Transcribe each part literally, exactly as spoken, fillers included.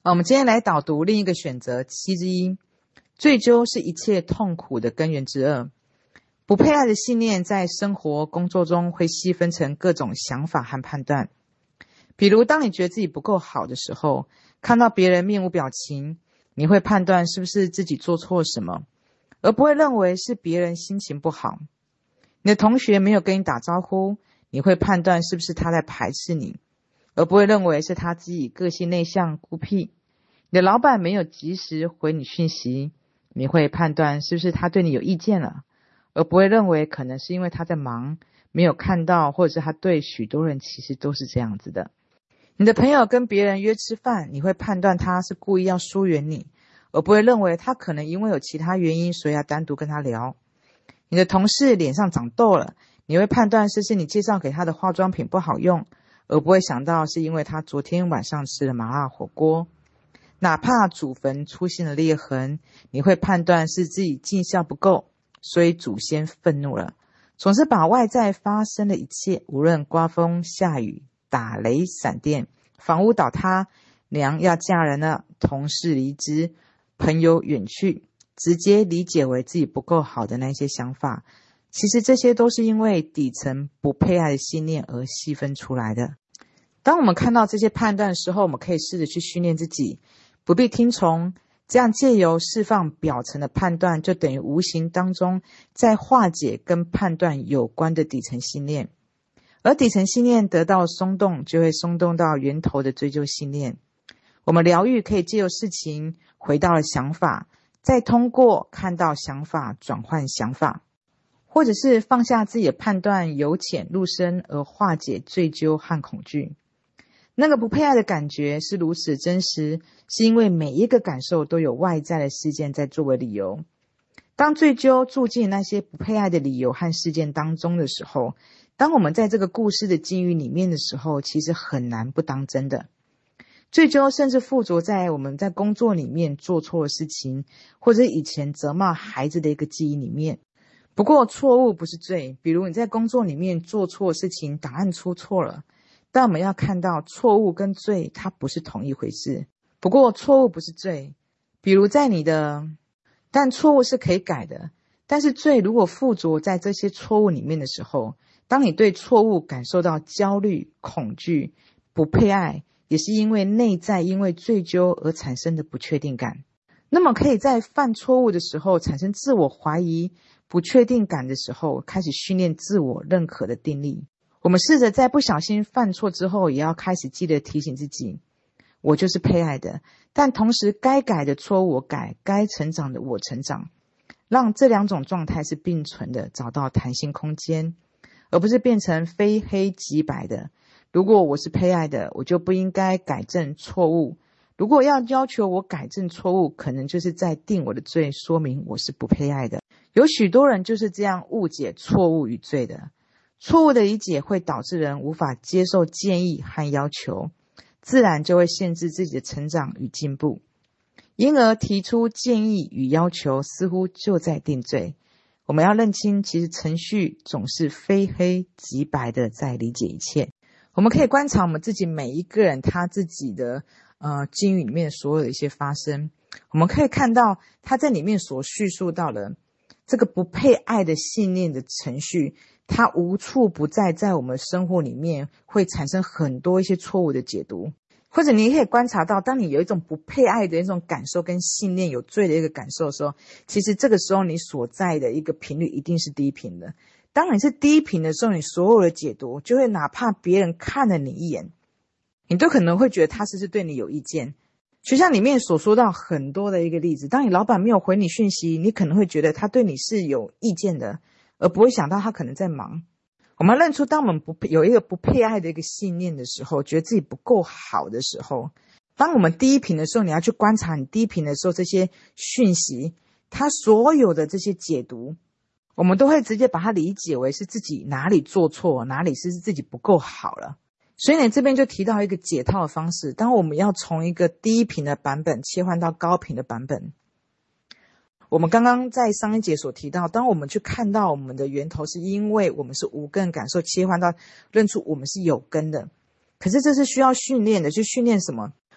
我们今天来导读另一个选择七之一，追究是一切痛苦的根源之二。不配爱的信念在生活工作中会细分成各种想法和判断。比如当你觉得自己不够好的时候，看到别人面无表情，你会判断是不是自己做错什么，而不会认为是别人心情不好。你的同学没有跟你打招呼，你会判断是不是他在排斥你，而不会认为是他自己个性内向孤僻。你的老板没有及时回你讯息，你会判断是不是他对你有意见了，而不会认为可能是因为他在忙，没有看到，或者是他对许多人其实都是这样子的。你的朋友跟别人约吃饭，你会判断他是故意要疏远你，而不会认为他可能因为有其他原因，所以要单独跟他聊。你的同事脸上长痘了，你会判断是是你介绍给他的化妆品不好用，而不会想到是因为他昨天晚上吃了麻辣火锅。哪怕祖坟出现了裂痕，你会判断是自己尽孝不够，所以祖先愤怒了。总是把外在发生的一切，无论刮风下雨、打雷闪电、房屋倒塌、娘要嫁人了、同事离职、朋友远去，直接理解为自己不够好的那些想法。其实这些都是因为底层不配爱的信念而细分出来的。当我们看到这些判断的时候，我们可以试着去训练自己，不必听从，这样借由释放表层的判断，就等于无形当中在化解跟判断有关的底层信念。而底层信念得到松动，就会松动到源头的追究信念。我们疗愈可以借由事情回到了想法，再通过看到想法转换想法，或者是放下自己的判断，由浅入深而化解追究和恐惧。那个不配爱的感觉是如此真实，是因为每一个感受都有外在的事件在作为理由。当追究住进那些不配爱的理由和事件当中的时候，当我们在这个故事的境遇里面的时候，其实很难不当真的。追究甚至附着在我们在工作里面做错的事情，或者以前责骂孩子的一个记忆里面。不过错误不是罪，比如你在工作里面做错事情，档案出错了，但我们要看到错误跟罪它不是同一回事。不过错误不是罪，比如在你的但错误是可以改的，但是罪如果附着在这些错误里面的时候，当你对错误感受到焦虑、恐惧、不配爱，也是因为内在因为追究而产生的不确定感。那么可以在犯错误的时候产生自我怀疑、不确定感的时候，开始训练自我认可的定力。我们试着在不小心犯错之后，也要开始记得提醒自己，我就是配爱的，但同时该改的错误我改，该成长的我成长，让这两种状态是并存的，找到弹性空间，而不是变成非黑即白的。如果我是配爱的，我就不应该改正错误，如果要要求我改正错误，可能就是在定我的罪，说明我是不配爱的。有许多人就是这样误解错误与罪的。错误的理解会导致人无法接受建议和要求，自然就会限制自己的成长与进步，因而提出建议与要求似乎就在定罪。我们要认清，其实程序总是非黑即白的在理解一切。我们可以观察我们自己每一个人他自己的呃境遇里面所有的一些发生，我们可以看到他在里面所叙述到的这个不配爱的信念的程序，它无处不在，在我们生活里面会产生很多一些错误的解读。或者你可以观察到，当你有一种不配爱的一种感受跟信念，有罪的一个感受的时候，其实这个时候你所在的一个频率一定是低频的。当你是低频的时候，你所有的解读就会哪怕别人看了你一眼，你都可能会觉得他是不是对你有意见。学校里面所说到很多的一个例子，当你老板没有回你讯息，你可能会觉得他对你是有意见的，而不会想到他可能在忙。我们认出当我们不有一个不配爱的一个信念的时候，觉得自己不够好的时候，当我们低频的时候，你要去观察你低频的时候，这些讯息它所有的这些解读，我们都会直接把它理解为是自己哪里做错，哪里是自己不够好了。所以呢，这边就提到一个解套的方式，当我们要从一个低频的版本切换到高频的版本。我们刚刚在上一节所提到，当我们去看到我们的源头是因为我们是无根感受，切换到认出我们是有根的。可是这是需要训练的，去训练什么？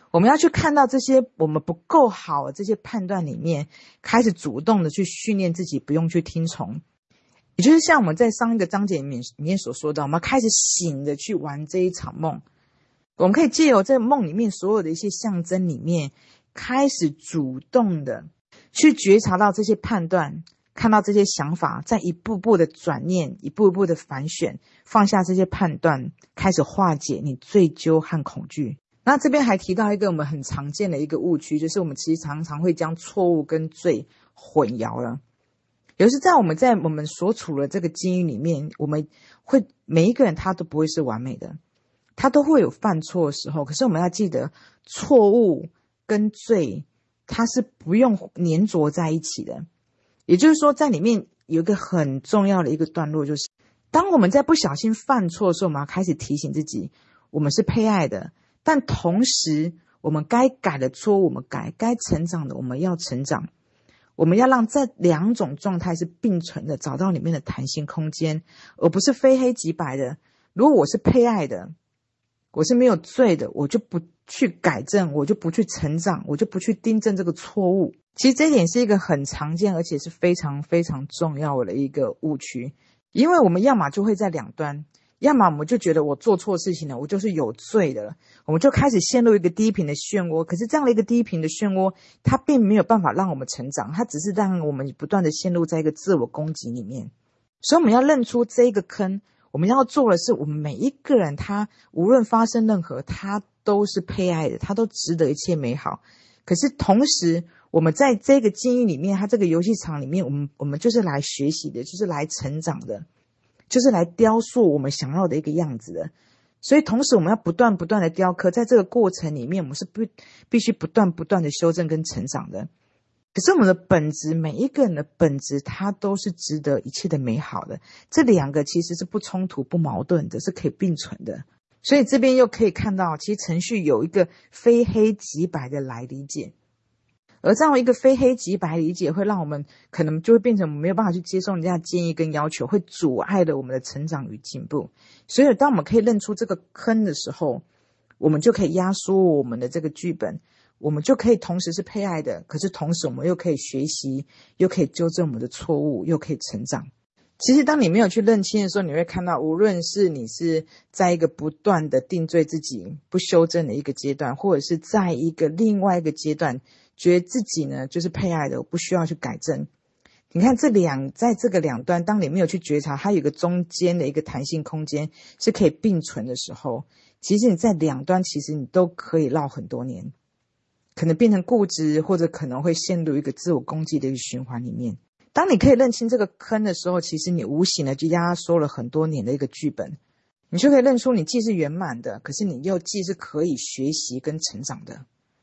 我们要去看到这些我们不够好的这些判断里面，开始主动的去训练自己，不用去听从。也就是像我们在上一个章节里面里面所说的，我们开始醒的去玩这一场梦。我们可以借由这梦里面所有的一些象征里面，开始主动的去觉察到这些判断，看到这些想法，再一步步的转念，一步步的反选，放下这些判断，开始化解你罪疚和恐惧。那这边还提到一个我们很常见的一个误区，就是我们其实常常会将错误跟罪混淆了。也就是在我们在我们所处的这个境遇里面，我们会每一个人他都不会是完美的，他都会有犯错的时候。可是我们要记得，错误跟罪它是不用粘着在一起的。也就是说，在里面有一个很重要的一个段落，就是当我们在不小心犯错的时候，我们要开始提醒自己，我们是被爱的，但同时我们该改的错误我们改，该成长的我们要成长。我们要让这两种状态是并存的，找到里面的弹性空间，而不是非黑即白的。如果我是被爱的，我是没有罪的，我就不去改正，我就不去成长，我就不去订正这个错误。其实这一点是一个很常见而且是非常非常重要的一个误区，因为我们要么就会在两端，要么我们就觉得我做错事情了，我就是有罪的了，我们就开始陷入一个低频的漩涡。可是这样的一个低频的漩涡，它并没有办法让我们成长，它只是让我们不断的陷入在一个自我攻击里面。所以我们要认出这一个坑，我们要做的是，我们每一个人他无论发生任何，他都是被爱的，他都值得一切美好。可是同时我们在这个境遇里面，他这个游戏场里面，我们我们就是来学习的，就是来成长的，就是来雕塑我们想要的一个样子的。所以同时我们要不断不断的雕刻，在这个过程里面，我们是必必须不断不断的修正跟成长的。可是我们的本质，每一个人的本质，它都是值得一切的美好的。这两个其实是不冲突不矛盾的，是可以并存的。所以这边又可以看到，其实程序有一个非黑即白的来理解。而这样一个非黑即白理解，会让我们可能就会变成我们没有办法去接受人家的建议跟要求，会阻碍了我们的成长与进步。所以当我们可以认出这个坑的时候，我们就可以压缩我们的这个剧本，我们就可以同时是被爱的，可是同时我们又可以学习，又可以纠正我们的错误，又可以成长。其实当你没有去认清的时候，你会看到，无论是你是在一个不断的定罪自己不修正的一个阶段，或者是在一个另外一个阶段，觉得自己呢就是被爱的，我不需要去改正。你看这两在这个两端，当你没有去觉察它有一个中间的一个弹性空间是可以并存的时候，其实你在两端其实你都可以绕很多年，可能变成固执，或者可能会陷入一个自我攻击的一个循环里面。当你可以认清这个坑的时候，其实你无形的就压缩了很多年的一个剧本，你就可以认出你既是圆满的，可是你又既是可以学习跟成长的。